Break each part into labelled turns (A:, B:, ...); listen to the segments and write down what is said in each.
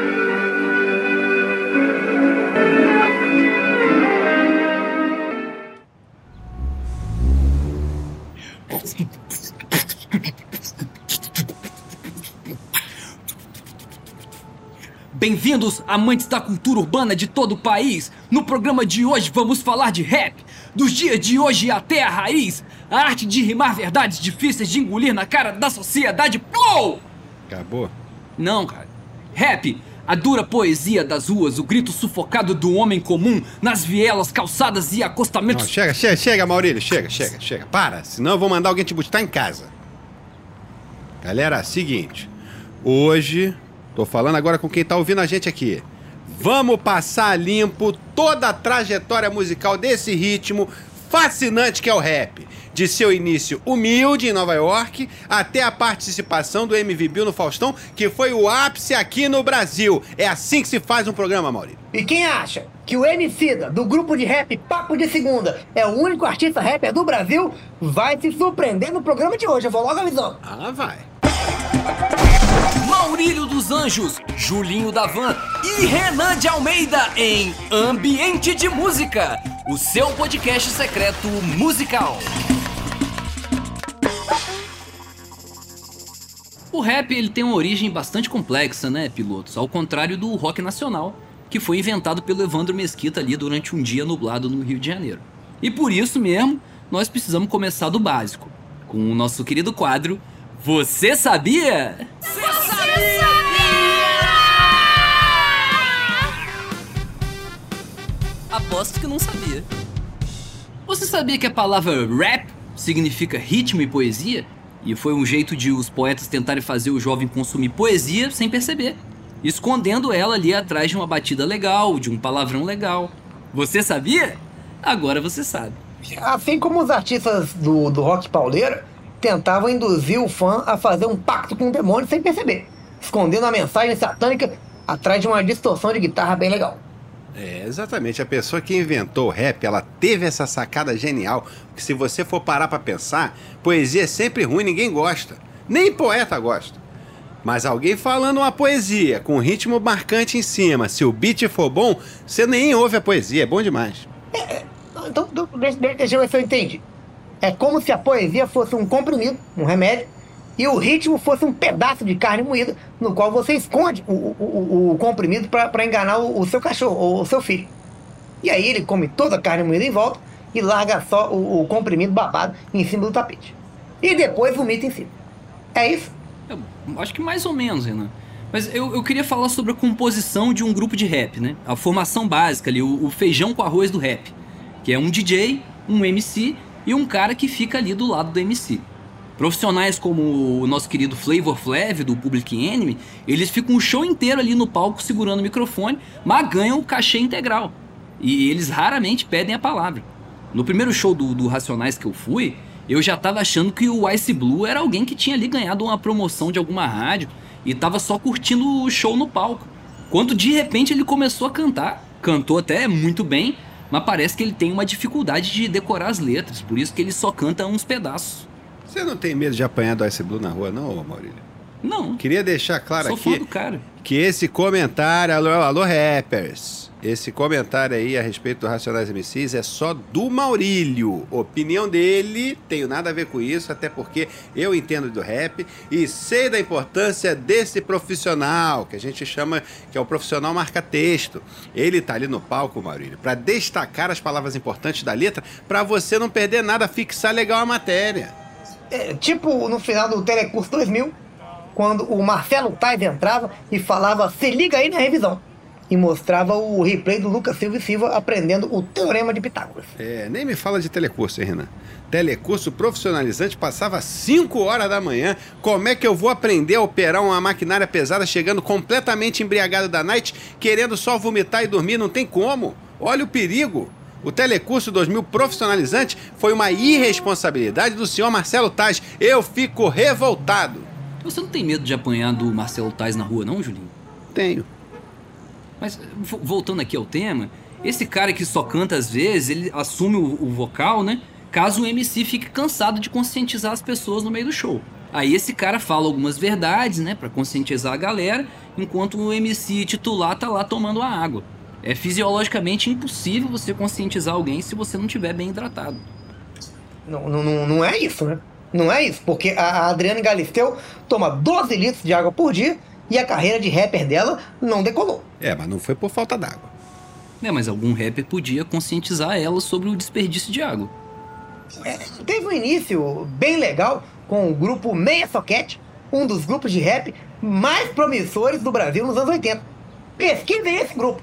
A: Bem-vindos, amantes da cultura urbana de todo o país. No programa de hoje vamos falar de rap, dos dias de hoje até a raiz, a arte de rimar verdades difíceis de engolir na cara da sociedade. Pô!
B: Acabou?
A: Não, cara. Rap, a dura poesia das ruas, o grito sufocado do homem comum nas vielas, calçadas e acostamentos.
B: Não, chega, Maurílio, chega. Para, senão eu vou mandar alguém te buscar em casa. Galera, seguinte, hoje, tô falando agora com quem tá ouvindo a gente aqui. Vamos passar limpo toda a trajetória musical desse ritmo fascinante que é o rap. De seu início humilde em Nova York até a participação do MV Bill no Faustão, que foi o ápice aqui no Brasil. É assim que se faz um programa, Maurício.
C: E quem acha que o Emicida, do grupo de rap Papo de Segunda, é o único artista rapper do Brasil, vai se surpreender no programa de hoje. Eu vou logo avisando.
B: Ah, vai.
A: Maurílio dos Anjos, Julinho da Van e Renan de Almeida em Ambiente de Música, o seu podcast secreto musical. O rap ele tem uma origem bastante complexa, né, pilotos? Ao contrário do rock nacional, que foi inventado pelo Evandro Mesquita ali durante um dia nublado no Rio de Janeiro. E por isso mesmo, nós precisamos começar do básico, com o nosso querido quadro Você Sabia? Você sabia? Aposto que não sabia. Você sabia que a palavra rap significa ritmo e poesia? E foi um jeito de os poetas tentarem fazer o jovem consumir poesia sem perceber, escondendo ela ali atrás de uma batida legal, de um palavrão legal. Você sabia? Agora você sabe.
C: Assim como os artistas do rock pauleiro tentavam induzir o fã a fazer um pacto com o demônio sem perceber, escondendo a mensagem satânica atrás de uma distorção de guitarra bem legal.
B: É, exatamente. A pessoa que inventou o rap, ela teve essa sacada genial, que se você for parar pra pensar, poesia é sempre ruim, ninguém gosta. Nem poeta gosta. Mas alguém falando uma poesia, com um ritmo marcante em cima, se o beat for bom, você nem ouve a poesia, é bom demais.
C: Então, deixa eu ver se eu entendi. É como se a poesia fosse um comprimido, um remédio, e o ritmo fosse um pedaço de carne moída, no qual você esconde o comprimido para enganar o seu cachorro ou o seu filho. E aí ele come toda a carne moída em volta e larga só o comprimido babado em cima do tapete. E depois vomita em cima. É isso?
A: Eu acho que mais ou menos, Renan. Mas eu queria falar sobre a composição de um grupo de rap, né? A formação básica ali, o feijão com arroz do rap. Que é um DJ, um MC e um cara que fica ali do lado do MC. Profissionais como o nosso querido Flavor Flav, do Public Enemy, eles ficam o show inteiro ali no palco segurando o microfone, mas ganham o cachê integral. E eles raramente pedem a palavra. No primeiro show do Racionais que eu fui, eu já tava achando que o Ice Blue era alguém que tinha ali ganhado uma promoção de alguma rádio e tava só curtindo o show no palco. Quando de repente ele começou a cantar, cantou até muito bem, mas parece que ele tem uma dificuldade de decorar as letras, por isso que ele só canta uns pedaços.
B: Você não tem medo de apanhar do Ice Blue na rua, não, Maurílio?
A: Não.
B: Queria deixar claro
A: Sou
B: aqui
A: fã do cara.
B: Que esse comentário, alô rappers, esse comentário aí a respeito do Racionais MCs é só do Maurílio. Opinião dele, tenho nada a ver com isso, até porque eu entendo do rap e sei da importância desse profissional, que a gente chama, que é o profissional marca-texto. Ele tá ali no palco, Maurílio, para destacar as palavras importantes da letra, para você não perder nada, fixar legal a matéria.
C: Tipo no final do Telecurso 2000, quando o Marcelo Tais entrava e falava "se liga aí na revisão", e mostrava o replay do Lucas Silva e Silva aprendendo o Teorema de Pitágoras.
B: Nem me fala de telecurso, hein, Renan? Telecurso profissionalizante passava 5 horas da manhã. Como é que eu vou aprender a operar uma maquinária pesada chegando completamente embriagado da night, querendo só vomitar e dormir? Não tem como. Olha o perigo. O Telecurso 2000 profissionalizante foi uma irresponsabilidade do senhor Marcelo Tais. Eu fico revoltado.
A: Você não tem medo de apanhar do Marcelo Tais na rua, não, Julinho?
B: Tenho.
A: Mas, voltando aqui ao tema, esse cara que só canta às vezes, ele assume o vocal, né? Caso o MC fique cansado de conscientizar as pessoas no meio do show. Aí esse cara fala algumas verdades, né, pra conscientizar a galera, enquanto o MC titular tá lá tomando a água. É fisiologicamente impossível você conscientizar alguém se você não estiver bem hidratado.
C: Não é isso, né? Não é isso, porque a Adriana Galisteu toma 12 litros de água por dia e a carreira de rapper dela não decolou.
B: Mas não foi por falta d'água.
A: Mas algum rapper podia conscientizar ela sobre o desperdício de água.
C: Teve um início bem legal com o grupo Meia Soquete, um dos grupos de rap mais promissores do Brasil nos anos 80. Pesquisem esse grupo.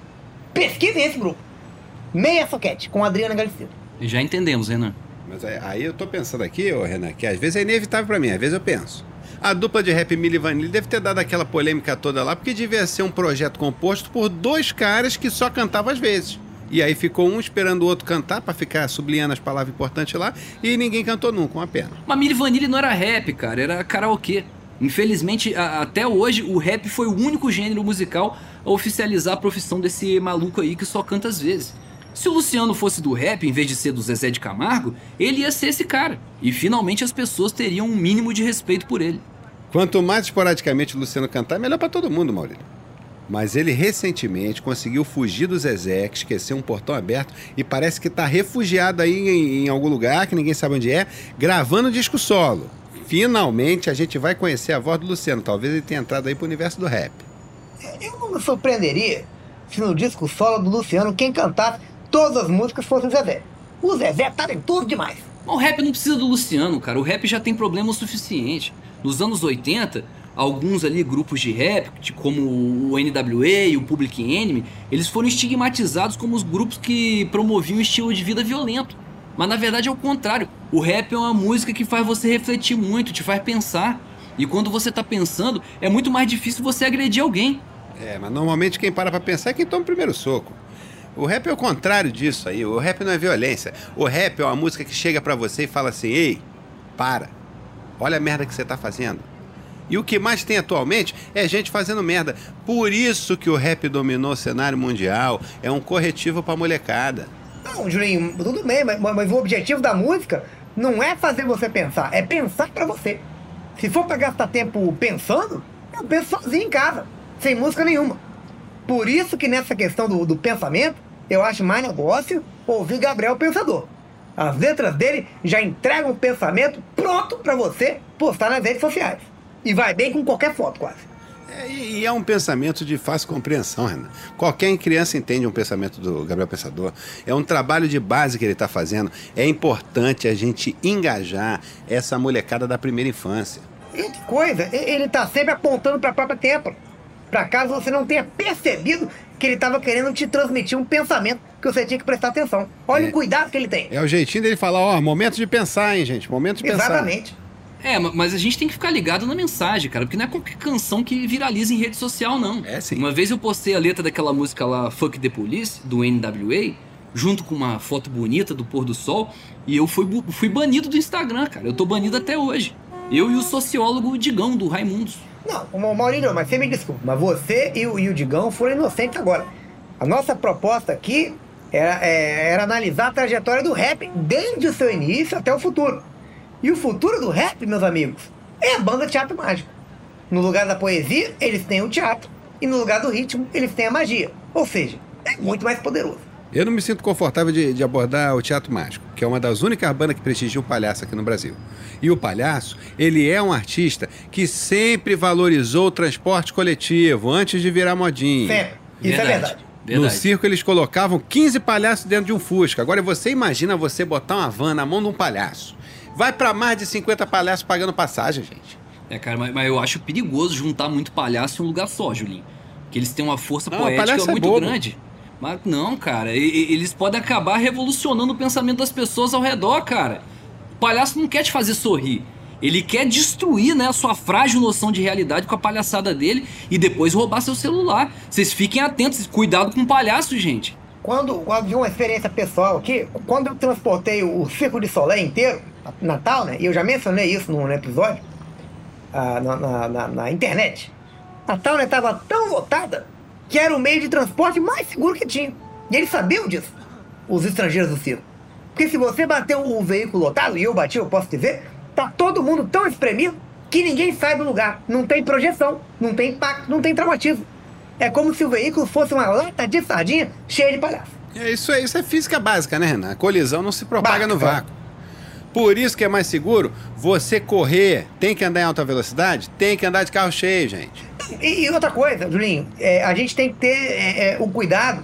C: Meia Soquete, com a Adriana Galisteu.
A: Já entendemos, Renan.
B: Mas aí eu tô pensando aqui, Renan, que às vezes é inevitável pra mim, às vezes eu penso. A dupla de rap Milli Vanilli deve ter dado aquela polêmica toda lá, porque devia ser um projeto composto por 2 caras que só cantavam às vezes. E aí ficou um esperando o outro cantar pra ficar sublinhando as palavras importantes lá, e ninguém cantou nunca, uma pena.
A: Mas Milli Vanilli não era rap, cara, era karaokê. Infelizmente, até hoje, o rap foi o único gênero musical a oficializar a profissão desse maluco aí que só canta às vezes. Se o Luciano fosse do rap, em vez de ser do Zezé de Camargo, ele ia ser esse cara. E finalmente as pessoas teriam um mínimo de respeito por ele.
B: Quanto mais esporadicamente o Luciano cantar, melhor pra todo mundo, Maurílio. Mas ele recentemente conseguiu fugir do Zezé, que esqueceu um portão aberto, e parece que tá refugiado aí em algum lugar, que ninguém sabe onde é, gravando disco solo. Finalmente a gente vai conhecer a voz do Luciano. Talvez ele tenha entrado aí pro universo do rap.
C: Eu não me surpreenderia se no disco solo do Luciano quem cantasse todas as músicas fosse o Zezé. O Zezé tá em tudo demais.
A: O rap não precisa do Luciano, cara. O rap já tem problema o suficiente. Nos anos 80, alguns ali grupos de rap, como o NWA e o Public Enemy, eles foram estigmatizados como os grupos que promoviam um estilo de vida violento. Mas na verdade é o contrário. O rap é uma música que faz você refletir muito, te faz pensar. E quando você tá pensando, é muito mais difícil você agredir alguém.
B: Mas normalmente quem para pra pensar é quem toma o primeiro soco. O rap é o contrário disso aí. O rap não é violência. O rap é uma música que chega pra você e fala assim: ei, para. Olha a merda que você tá fazendo. E o que mais tem atualmente é gente fazendo merda. Por isso que o rap dominou o cenário mundial. É um corretivo pra molecada.
C: Não, Julinho, tudo bem, mas o objetivo da música não é fazer você pensar, é pensar pra você. Se for pra gastar tempo pensando, eu penso sozinho em casa, sem música nenhuma. Por isso que nessa questão do pensamento, eu acho mais negócio ouvir Gabriel Pensador. As letras dele já entregam o pensamento pronto pra você postar nas redes sociais. E vai bem com qualquer foto, quase.
B: E é um pensamento de fácil compreensão, Renan. Qualquer criança entende um pensamento do Gabriel Pensador. É um trabalho de base que ele está fazendo. É importante a gente engajar essa molecada da primeira infância.
C: E outra coisa, ele tá sempre apontando pra própria têmpora. Pra caso você não tenha percebido que ele estava querendo te transmitir um pensamento que você tinha que prestar atenção. Olha o cuidado que ele tem.
B: É o jeitinho dele falar, momento de pensar, hein, gente? Momento de pensar.
C: Exatamente.
A: Mas a gente tem que ficar ligado na mensagem, cara, porque não é qualquer canção que viraliza em rede social, não.
B: Sim.
A: Uma vez eu postei a letra daquela música lá, Fuck the Police, do NWA, junto com uma foto bonita do pôr do sol, e eu fui banido do Instagram, cara. Eu tô banido até hoje. Eu e o sociólogo Digão, do Raimundos.
C: Não, Maurílio, mas você me desculpa, mas você e o Digão foram inocentes agora. A nossa proposta aqui era analisar a trajetória do rap desde o seu início até o futuro. E o futuro do rap, meus amigos, é a banda Teatro Mágico. No lugar da poesia, eles têm o teatro. E no lugar do ritmo, eles têm a magia. Ou seja, é muito mais poderoso.
B: Eu não me sinto confortável de abordar o Teatro Mágico, que é uma das únicas bandas que prestigia o Palhaço aqui no Brasil. E o Palhaço, ele é um artista que sempre valorizou o transporte coletivo, antes de virar modinha.
C: Sempre. Isso é verdade.
B: No circo eles colocavam 15 palhaços dentro de um Fusca. Agora você imagina você botar uma van na mão de um palhaço. Vai pra mais de 50 palhaços pagando passagem, gente.
A: Cara, mas eu acho perigoso juntar muito palhaço em um lugar só, Julinho. Porque eles têm uma força poética muito grande. Mas não, cara, eles podem acabar revolucionando o pensamento das pessoas ao redor, cara. O palhaço não quer te fazer sorrir. Ele quer destruir, né, a sua frágil noção de realidade com a palhaçada dele e depois roubar seu celular. Vocês fiquem atentos, cuidado com o palhaço, gente.
C: Quando vi uma experiência pessoal aqui, quando eu transportei o Circo de Soleil inteiro, Natal, né, e eu já mencionei isso no episódio, na internet, Natal, né, tava tão lotada que era o meio de transporte mais seguro que tinha. E eles sabiam disso, os estrangeiros do circo. Porque se você bater o veículo lotado, e eu bati, eu posso dizer, tá todo mundo tão espremido que ninguém sai do lugar. Não tem projeção, não tem impacto, não tem traumatismo. É como se o veículo fosse uma lata de sardinha cheia de palhaço.
B: Isso é física básica, né, Renan? A colisão não se propaga no vácuo. Por isso que é mais seguro você correr. Tem que andar em alta velocidade? Tem que andar de carro cheio, gente.
C: E outra coisa, Julinho, a gente tem que ter o cuidado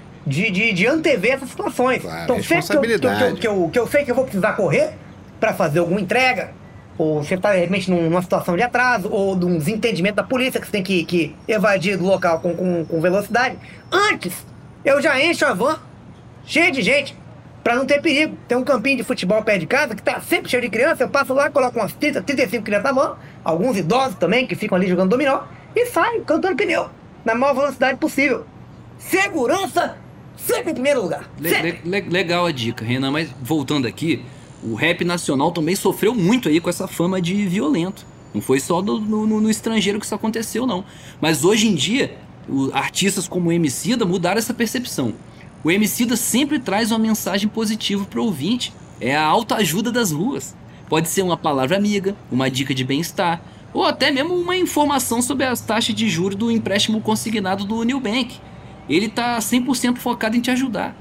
C: de antever essas situações.
B: Claro,
C: então,
B: responsabilidade.
C: que eu sei que eu vou precisar correr para fazer alguma entrega, ou você está, de repente, numa situação de atraso, ou de um desentendimento da polícia, que você tem que evadir do local com velocidade. Antes, eu já encho a van cheia de gente, para não ter perigo. Tem um campinho de futebol perto de casa, que tá sempre cheio de criança, eu passo lá, coloco umas 30, 35 crianças na van, alguns idosos também, que ficam ali jogando dominó, e saio cantando pneu, na maior velocidade possível. Segurança sempre em primeiro lugar.
A: Legal a dica, Renan, mas voltando aqui, o rap nacional também sofreu muito aí com essa fama de violento. Não foi só no estrangeiro que isso aconteceu, não. Mas hoje em dia, artistas como o Emicida mudaram essa percepção. O Emicida sempre traz uma mensagem positiva pro ouvinte. É a autoajuda das ruas. Pode ser uma palavra amiga, uma dica de bem-estar, ou até mesmo uma informação sobre as taxas de juros do empréstimo consignado do Nubank. Ele tá 100% focado em te ajudar.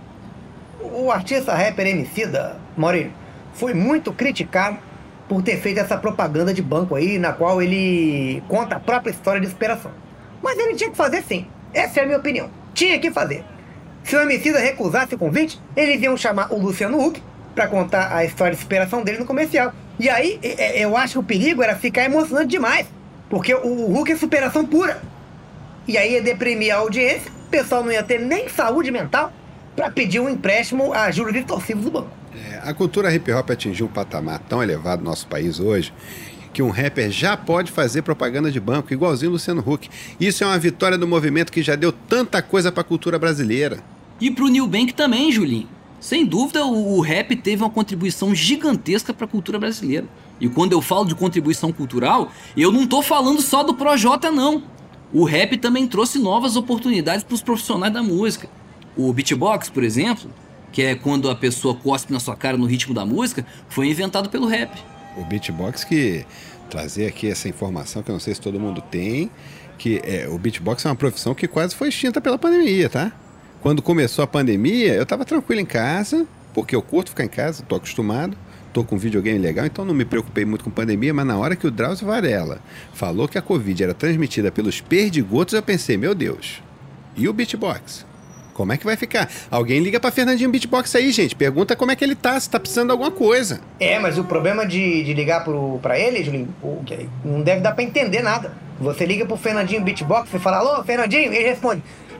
C: O artista rapper Emicida, Maurício, foi muito criticado por ter feito essa propaganda de banco aí, na qual ele conta a própria história de superação. Mas ele tinha que fazer sim. Essa é a minha opinião. Tinha que fazer. Se o Emicida recusasse o convite, eles iam chamar o Luciano Huck para contar a história de superação dele no comercial. E aí, eu acho que o perigo era ficar emocionante demais, porque o Huck é superação pura. E aí ia deprimir a audiência, o pessoal não ia ter nem saúde mental para pedir um empréstimo a juros distorcidos do banco.
B: A cultura hip-hop atingiu um patamar tão elevado no nosso país hoje que um rapper já pode fazer propaganda de banco, igualzinho o Luciano Huck. Isso é uma vitória do movimento que já deu tanta coisa para a cultura brasileira.
A: E pro Nubank também, Julinho. Sem dúvida, o rap teve uma contribuição gigantesca para a cultura brasileira. E quando eu falo de contribuição cultural, eu não tô falando só do Projota, não. O rap também trouxe novas oportunidades para os profissionais da música. O beatbox, por exemplo, que é quando a pessoa cospe na sua cara no ritmo da música, foi inventado pelo rap.
B: O beatbox, que trazer aqui essa informação que eu não sei se todo mundo tem, que o beatbox é uma profissão que quase foi extinta pela pandemia, tá? Quando começou a pandemia, eu tava tranquilo em casa, porque eu curto ficar em casa, tô acostumado, tô com um videogame legal, então não me preocupei muito com pandemia, mas na hora que o Drauzio Varela falou que a Covid era transmitida pelos perdigotos, eu pensei, meu Deus, e o beatbox? Como é que vai ficar? Alguém liga pra Fernandinho Beatbox aí, gente. Pergunta como é que ele tá, se tá precisando de alguma coisa.
C: Mas o problema de ligar pra ele, Julinho, não deve dar pra entender nada. Você liga pro Fernandinho Beatbox, você fala, alô, Fernandinho, ele responde.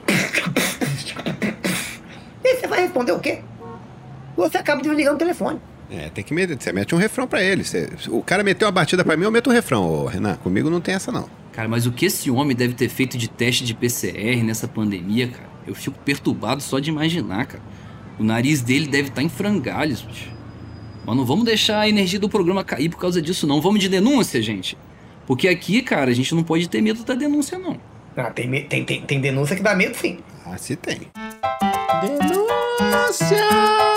C: E você vai responder o quê? Você acaba desligando o telefone.
B: Tem que meter. Você mete um refrão pra ele. O cara meteu uma batida pra mim, eu meto um refrão. Ô, Renan, comigo não tem essa, não.
A: Cara, mas o que esse homem deve ter feito de teste de PCR nessa pandemia, cara? Eu fico perturbado só de imaginar, cara. O nariz dele deve estar em frangalhos, bicho. Mas não vamos deixar a energia do programa cair por causa disso, não. Vamos de denúncia, gente. Porque aqui, cara, a gente não pode ter medo da denúncia, não.
C: Tem denúncia que dá medo, sim.
B: Ah, se tem.
D: Denúncia!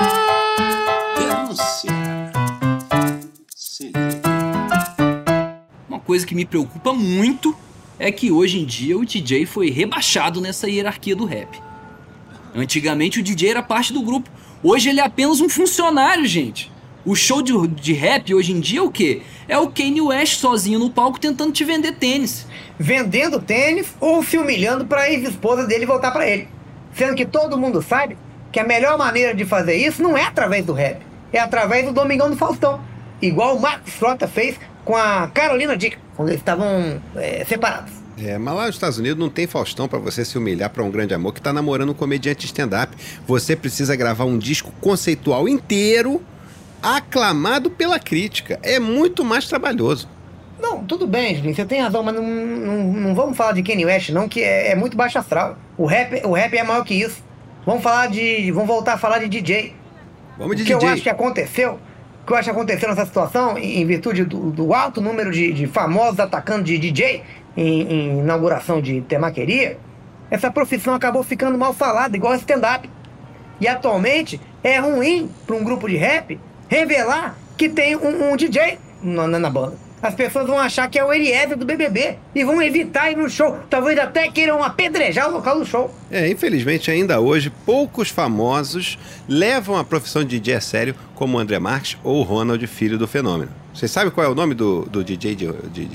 D: Sim.
A: Uma coisa que me preocupa muito é que hoje em dia o DJ foi rebaixado nessa hierarquia do rap. Antigamente o DJ era parte do grupo. Hoje ele é apenas um funcionário, gente. O show de rap hoje em dia é o quê? É o Kanye West sozinho no palco tentando te vender tênis.
C: Vendendo tênis ou se humilhando pra ex-esposa dele voltar pra ele. Sendo que todo mundo sabe que a melhor maneira de fazer isso não é através do rap. É através do Domingão do Faustão. Igual o Marcos Frota fez com a Carolina Dickman, quando eles estavam separados.
B: Mas lá nos Estados Unidos não tem Faustão pra você se humilhar pra um grande amor que tá namorando um comediante de stand-up. Você precisa gravar um disco conceitual inteiro, aclamado pela crítica. É muito mais trabalhoso.
C: Não, tudo bem, Julinho, você tem razão, mas não vamos falar de Kanye West, não, que é muito baixo astral. O rap é maior que isso. Vamos voltar a falar de DJ.
B: Vamos de
C: DJ. O que eu acho que aconteceu nessa situação, em virtude do alto número de famosos atacando de DJ em inauguração de temaqueria, essa profissão acabou ficando mal falada, igual stand-up. E atualmente é ruim para um grupo de rap revelar que tem um DJ na banda. as pessoas vão achar que é o Eliezer do BBB e vão evitar ir no show. Talvez até queiram apedrejar o local do show.
B: Infelizmente, ainda hoje, poucos famosos levam a profissão de DJ a sério, como o André Marques ou o Ronald, filho do Fenômeno. Vocês sabem qual é o nome do DJ de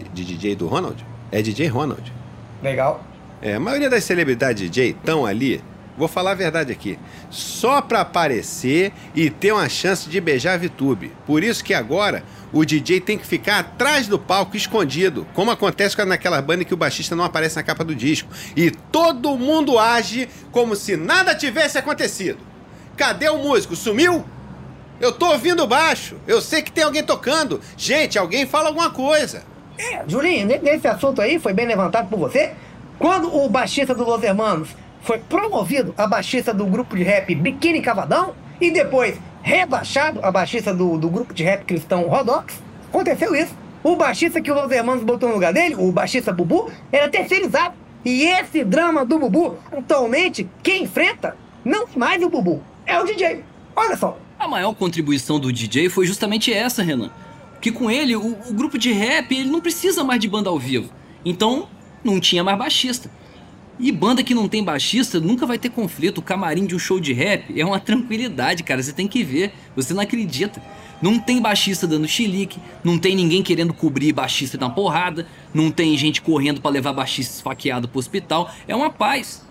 B: DJ do Ronald? É DJ Ronald.
C: Legal.
B: A maioria das celebridades DJ estão ali, vou falar a verdade aqui, só pra aparecer e ter uma chance de beijar a VTube. Por isso que agora o DJ tem que ficar atrás do palco, escondido, como acontece naquela banda que o baixista não aparece na capa do disco. E todo mundo age como se nada tivesse acontecido. Cadê o músico? Sumiu? Eu tô ouvindo baixo, eu sei que tem alguém tocando. Gente, alguém fala alguma coisa.
C: Julinho, nesse assunto aí, foi bem levantado por você. Quando o baixista do Los Hermanos foi promovido a baixista do grupo de rap Biquíni Cavadão e depois rebaixado a baixista do grupo de rap cristão Rodox, aconteceu isso. O baixista que o Los Hermanos botou no lugar dele, o baixista Bubu, era terceirizado. E esse drama do Bubu, atualmente, quem enfrenta não é mais o Bubu, é o DJ. Olha só.
A: A maior contribuição do DJ foi justamente essa, Renan. Que com ele, o grupo de rap, ele não precisa mais de banda ao vivo. Então, não tinha mais baixista. E banda que não tem baixista nunca vai ter conflito. O camarim de um show de rap é uma tranquilidade, cara. Você tem que ver. Você não acredita. Não tem baixista dando chilique. Não tem ninguém querendo cobrir baixista na porrada. Não tem gente correndo pra levar baixista esfaqueado pro hospital. É uma paz.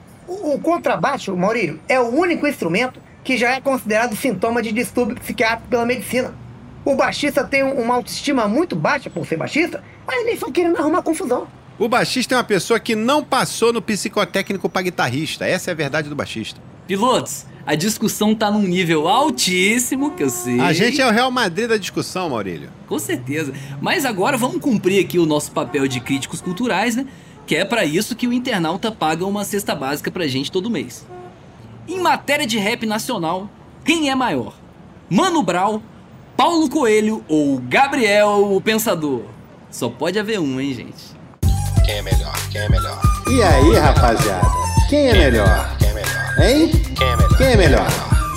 C: O contrabaixo, Maurílio, é o único instrumento que já é considerado sintoma de distúrbio psiquiátrico pela medicina. O baixista tem uma autoestima muito baixa por ser baixista, mas ele só querendo arrumar confusão.
B: O baixista é uma pessoa que não passou no psicotécnico para guitarrista. Essa é a verdade do baixista.
A: Pilotos, a discussão tá num nível altíssimo, que eu sei.
B: A gente é o Real Madrid da discussão, Maurílio.
A: Com certeza. Mas agora vamos cumprir aqui o nosso papel de críticos culturais, né? Que é pra isso que o internauta paga uma cesta básica pra gente todo mês. Em matéria de rap nacional, quem é maior? Mano Brown, Paulo Coelho ou Gabriel o Pensador? Só pode haver um, hein, gente?
D: Quem é melhor? Quem é melhor?
B: E aí, rapaziada? Quem é melhor?
D: Quem é melhor?
B: Hein?
D: Quem é melhor?
B: Quem é melhor?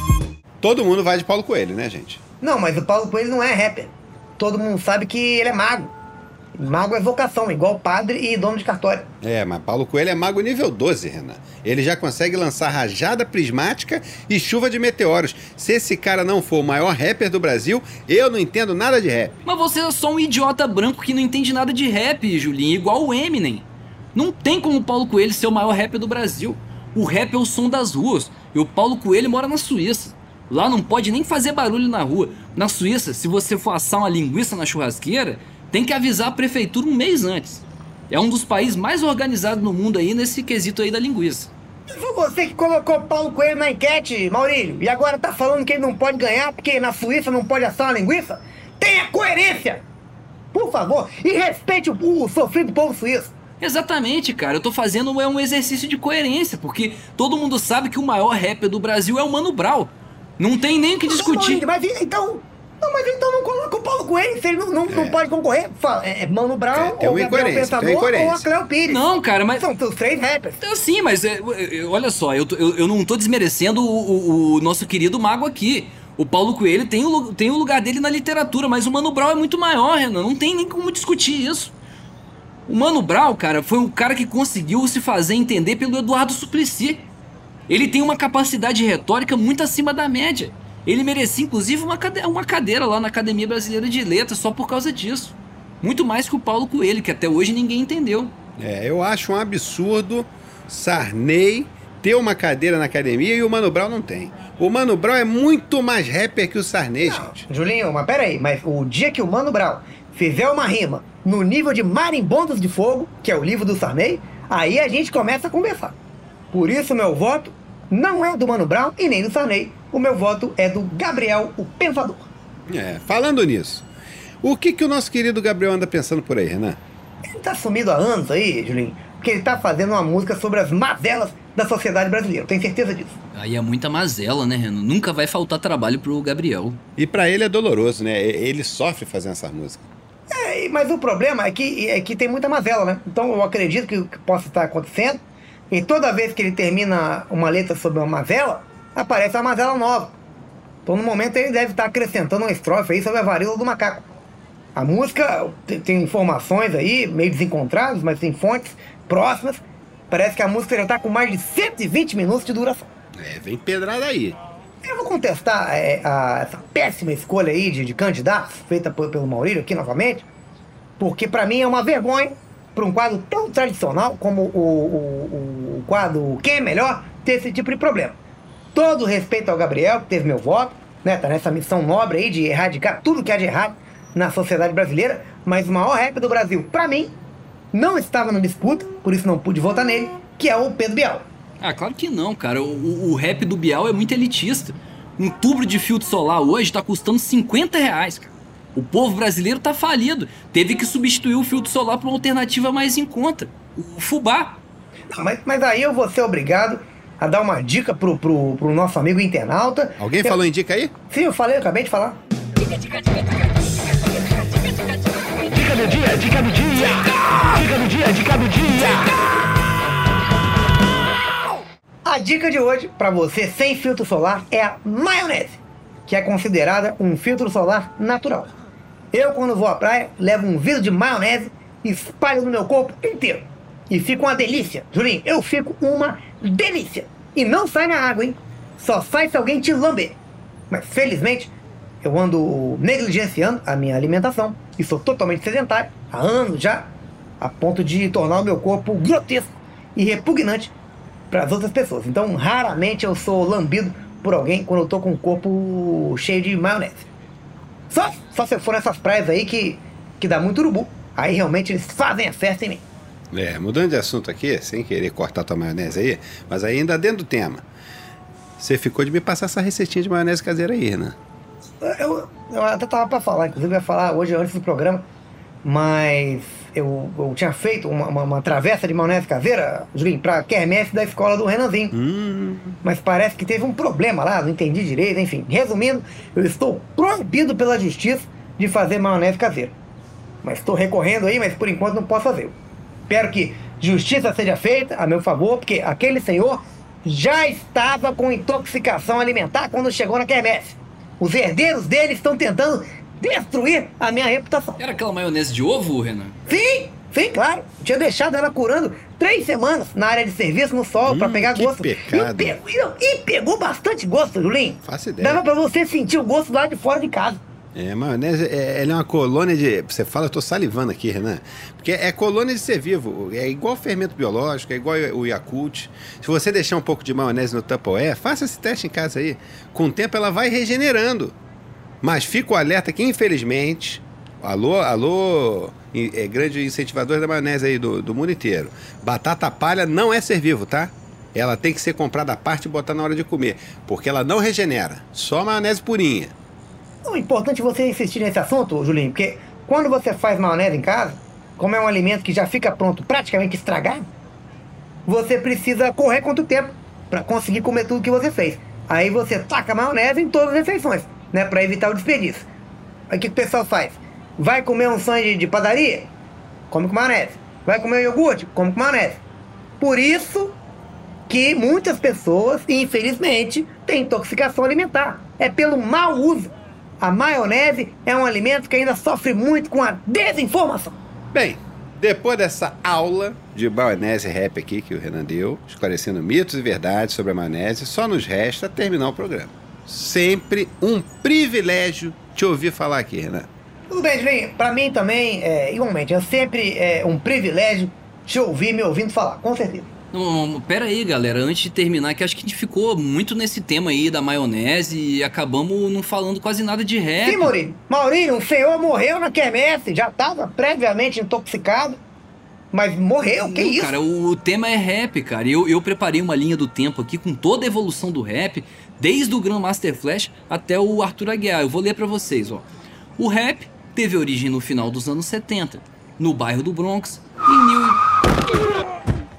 B: Todo mundo vai de Paulo Coelho, né, gente?
C: Não, mas o Paulo Coelho não é rapper. Todo mundo sabe que ele é mago. Mago é vocação, igual padre e dono de cartório.
B: Mas Paulo Coelho é mago nível 12, Renan. Ele já consegue lançar rajada prismática e chuva de meteoros. Se esse cara não for o maior rapper do Brasil, eu não entendo nada de rap.
A: Mas você é só um idiota branco que não entende nada de rap, Julinho, igual o Eminem. Não tem como o Paulo Coelho ser o maior rapper do Brasil. O rap é o som das ruas, e o Paulo Coelho mora na Suíça. Lá não pode nem fazer barulho na rua. Na Suíça, se você for assar uma linguiça na churrasqueira, tem que avisar a prefeitura um mês antes. É um dos países mais organizados no mundo aí nesse quesito aí da linguiça.
C: Foi você que colocou Paulo Coelho na enquete, Maurílio, e agora tá falando que ele não pode ganhar porque na Suíça não pode assar uma linguiça? Tenha coerência! Por favor, e respeite o sofrido povo suíço.
A: Exatamente, cara. Eu tô fazendo um exercício de coerência, porque todo mundo sabe que o maior rapper do Brasil é o Mano Brown. Não tem nem o que discutir.
C: Mas então não coloca o Paulo Coelho, se ele não pode concorrer. É Mano Brown, ou Gabriel Pensador, ou a Cleo Pires.
A: Não, cara, mas...
C: São os três rappers.
A: Sim, mas olha só, eu não tô desmerecendo o nosso querido mago aqui. O Paulo Coelho tem o lugar dele na literatura, mas o Mano Brown é muito maior, Renan. Não tem nem como discutir isso. O Mano Brown, cara, foi um cara que conseguiu se fazer entender pelo Eduardo Suplicy. Ele tem uma capacidade retórica muito acima da média. Ele merecia, inclusive, uma cadeira lá na Academia Brasileira de Letras só por causa disso. Muito mais que o Paulo Coelho, que até hoje ninguém entendeu.
B: Eu acho um absurdo Sarney ter uma cadeira na academia e o Mano Brown não tem. O Mano Brown é muito mais rapper que o Sarney, gente.
C: Julinho, mas peraí, mas o dia que o Mano Brown fizer uma rima no nível de Marimbondos de Fogo, que é o livro do Sarney, aí a gente começa a conversar. Por isso meu voto não é do Mano Brown e nem do Sarney. O meu voto é do Gabriel, o Pensador.
B: Falando nisso, o que o nosso querido Gabriel anda pensando por aí, Renan?
C: Ele tá sumido há anos aí, Julinho, porque ele tá fazendo uma música sobre as mazelas da sociedade brasileira, eu tenho certeza disso.
A: Aí é muita mazela, né, Renan? Nunca vai faltar trabalho pro Gabriel.
B: E pra ele é doloroso, né? Ele sofre fazendo essa música.
C: Mas o problema é que tem muita mazela, né? Então eu acredito que possa estar acontecendo. E toda vez que ele termina uma letra sobre uma mazela, aparece uma mazela nova. Então no momento ele deve estar acrescentando uma estrofe aí sobre a varíola do macaco. A música tem informações aí, meio desencontradas, mas tem fontes próximas. Parece que a música já tá com mais de 120 minutos de duração.
B: Vem pedrada aí.
C: Eu vou contestar essa péssima escolha aí de candidatos, feita pelo Maurílio aqui novamente, porque pra mim é uma vergonha para um quadro tão tradicional como o quadro Quem é Melhor ter esse tipo de problema. Todo respeito ao Gabriel, que teve meu voto, né, tá nessa missão nobre aí de erradicar tudo que há de errado na sociedade brasileira, mas o maior rap do Brasil, pra mim, não estava na disputa, por isso não pude votar nele, que é o Pedro Bial.
A: Ah, claro que não, cara. O rap do Bial é muito elitista. Um tubo de filtro solar hoje tá custando R$50, cara. O povo brasileiro tá falido. Teve que substituir o filtro solar por uma alternativa mais em conta. O fubá.
C: Não, mas aí eu vou ser obrigado a dar uma dica pro nosso amigo internauta.
B: Alguém falou em dica aí?
C: Sim, eu falei, eu acabei de falar.
E: Dica do dia, dica do dia. Dica do dia, dica do dia.
C: A dica de hoje, pra você sem filtro solar, é a maionese, que é considerada um filtro solar natural. Eu, quando vou à praia, levo um vidro de maionese e espalho no meu corpo inteiro. E fica uma delícia. Julinho, eu fico uma delícia. E não sai na água, hein? Só sai se alguém te lamber. Mas, felizmente, eu ando negligenciando a minha alimentação e sou totalmente sedentário, há anos já, a ponto de tornar o meu corpo grotesco e repugnante para as outras pessoas. Então, raramente eu sou lambido por alguém quando eu tô com o corpo cheio de maionese. Só se eu for nessas praias aí que dá muito urubu. Aí realmente eles fazem a festa em mim.
B: Mudando de assunto aqui, sem querer cortar tua maionese aí, mas ainda dentro do tema. Você ficou de me passar essa receitinha de maionese caseira aí, né?
C: Eu até tava pra falar, inclusive eu ia falar hoje antes do programa, mas eu tinha feito uma travessa de maionese caseira, Julinho, pra quermesse da escola do Renanzinho. Mas parece que teve um problema lá, não entendi direito, enfim. Resumindo, eu estou proibido pela justiça de fazer maionese caseira. Mas estou recorrendo aí, mas por enquanto não posso fazer. Espero que justiça seja feita a meu favor, porque aquele senhor já estava com intoxicação alimentar quando chegou na quermesse. Os herdeiros dele estão tentando destruir a minha reputação.
A: Era aquela maionese de ovo, Renan?
C: Sim, claro. Eu tinha deixado ela curando 3 semanas na área de serviço no sol pra pegar
B: que
C: gosto.
B: pecado.
C: E pegou bastante gosto, Julinho.
B: Faço ideia.
C: Dava pra você sentir o gosto lá de fora de casa.
B: Maionese, ela é uma colônia de... Você fala, eu tô salivando aqui, Renan. Porque é colônia de ser vivo. É igual fermento biológico, é igual o Yakult. Se você deixar um pouco de maionese no Tupperware, faça esse teste em casa aí. Com o tempo ela vai regenerando. Mas fica o alerta que, infelizmente... Alô, grande incentivador da maionese aí do mundo inteiro. Batata palha não é ser vivo, tá? Ela tem que ser comprada à parte e botar na hora de comer. Porque ela não regenera. Só maionese purinha.
C: É importante você insistir nesse assunto, Julinho, porque quando você faz maionese em casa, como é um alimento que já fica pronto, praticamente estragado, você precisa correr contra o tempo para conseguir comer tudo que você fez. Aí você taca maionese em todas as refeições, né, para evitar o desperdício. Aí o que o pessoal faz? Vai comer um sangue de padaria? Come com maionese. Vai comer um iogurte? Come com maionese. Por isso que muitas pessoas, infelizmente, têm intoxicação alimentar. É pelo mau uso. A maionese é um alimento que ainda sofre muito com a desinformação.
B: Bem, depois dessa aula de maionese rap aqui que o Renan deu, esclarecendo mitos e verdades sobre a maionese, só nos resta terminar o programa. Sempre um privilégio te ouvir falar aqui, Renan.
C: Tudo bem, Julinho. Pra mim também, igualmente, é sempre um privilégio te ouvir me ouvindo falar, com certeza.
A: Não, pera aí, galera, antes de terminar, que acho que a gente ficou muito nesse tema aí da maionese e acabamos não falando quase nada de rap.
C: Sim, Maurílio. Maurílio, um senhor morreu na quermesse, já estava previamente intoxicado, mas morreu, que isso?
A: Cara, o tema é rap, cara. Eu preparei uma linha do tempo aqui com toda a evolução do rap, desde o Grandmaster Flash até o Arthur Aguiar. Eu vou ler pra vocês, ó. O rap teve origem no final dos anos 70, no bairro do Bronx, em New...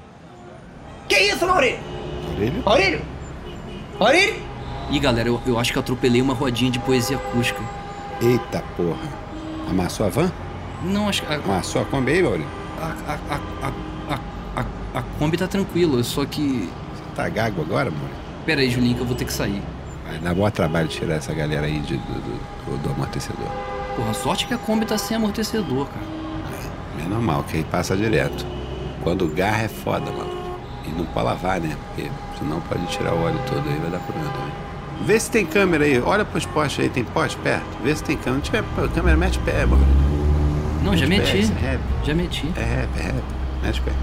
C: Que isso, Maurílio? Maurílio? Maurílio?
A: Ih, galera, eu acho que eu atropelei uma rodinha de poesia acústica.
B: Eita porra. Amassou a van?
A: Não, acho que...
B: Amassou a Kombi aí, Maurílio?
A: A Kombi tá tranquila, só que...
B: Você tá gago agora, Maurílio?
A: Pera aí, Julinho, que eu vou ter que sair.
B: Vai dar bom trabalho tirar essa galera aí do amortecedor.
A: Porra, sorte que a Kombi tá sem amortecedor, cara.
B: É normal, que aí passa direto. Quando garra é foda, mano. E não pode lavar, né? Porque senão pode tirar o óleo todo aí, vai dar problema também. Vê se tem câmera aí. Olha pros postes aí, tem poste perto? Vê se tem câmera. Não tiver câmera, mete o pé, mano.
A: Não, já meti. Já meti.
B: É rap. Mete o pé.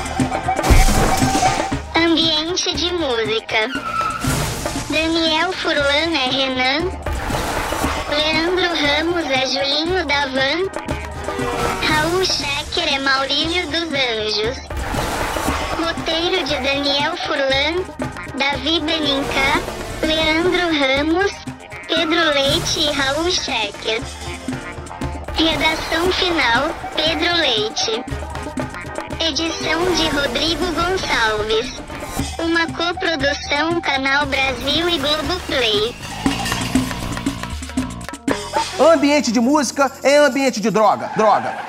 F: Ambiente de música. Daniel Furlan é Renan. Leandro Ramos é Julinho da Van. Raul Schecker é Maurílio dos Anjos. Roteiro de Daniel Furlan, Davi Benincá, Leandro Ramos, Pedro Leite e Raul Schecker. Redação final, Pedro Leite. Edição de Rodrigo Gonçalves. Uma coprodução Canal Brasil e Globoplay.
E: Ambiente de música é ambiente de droga.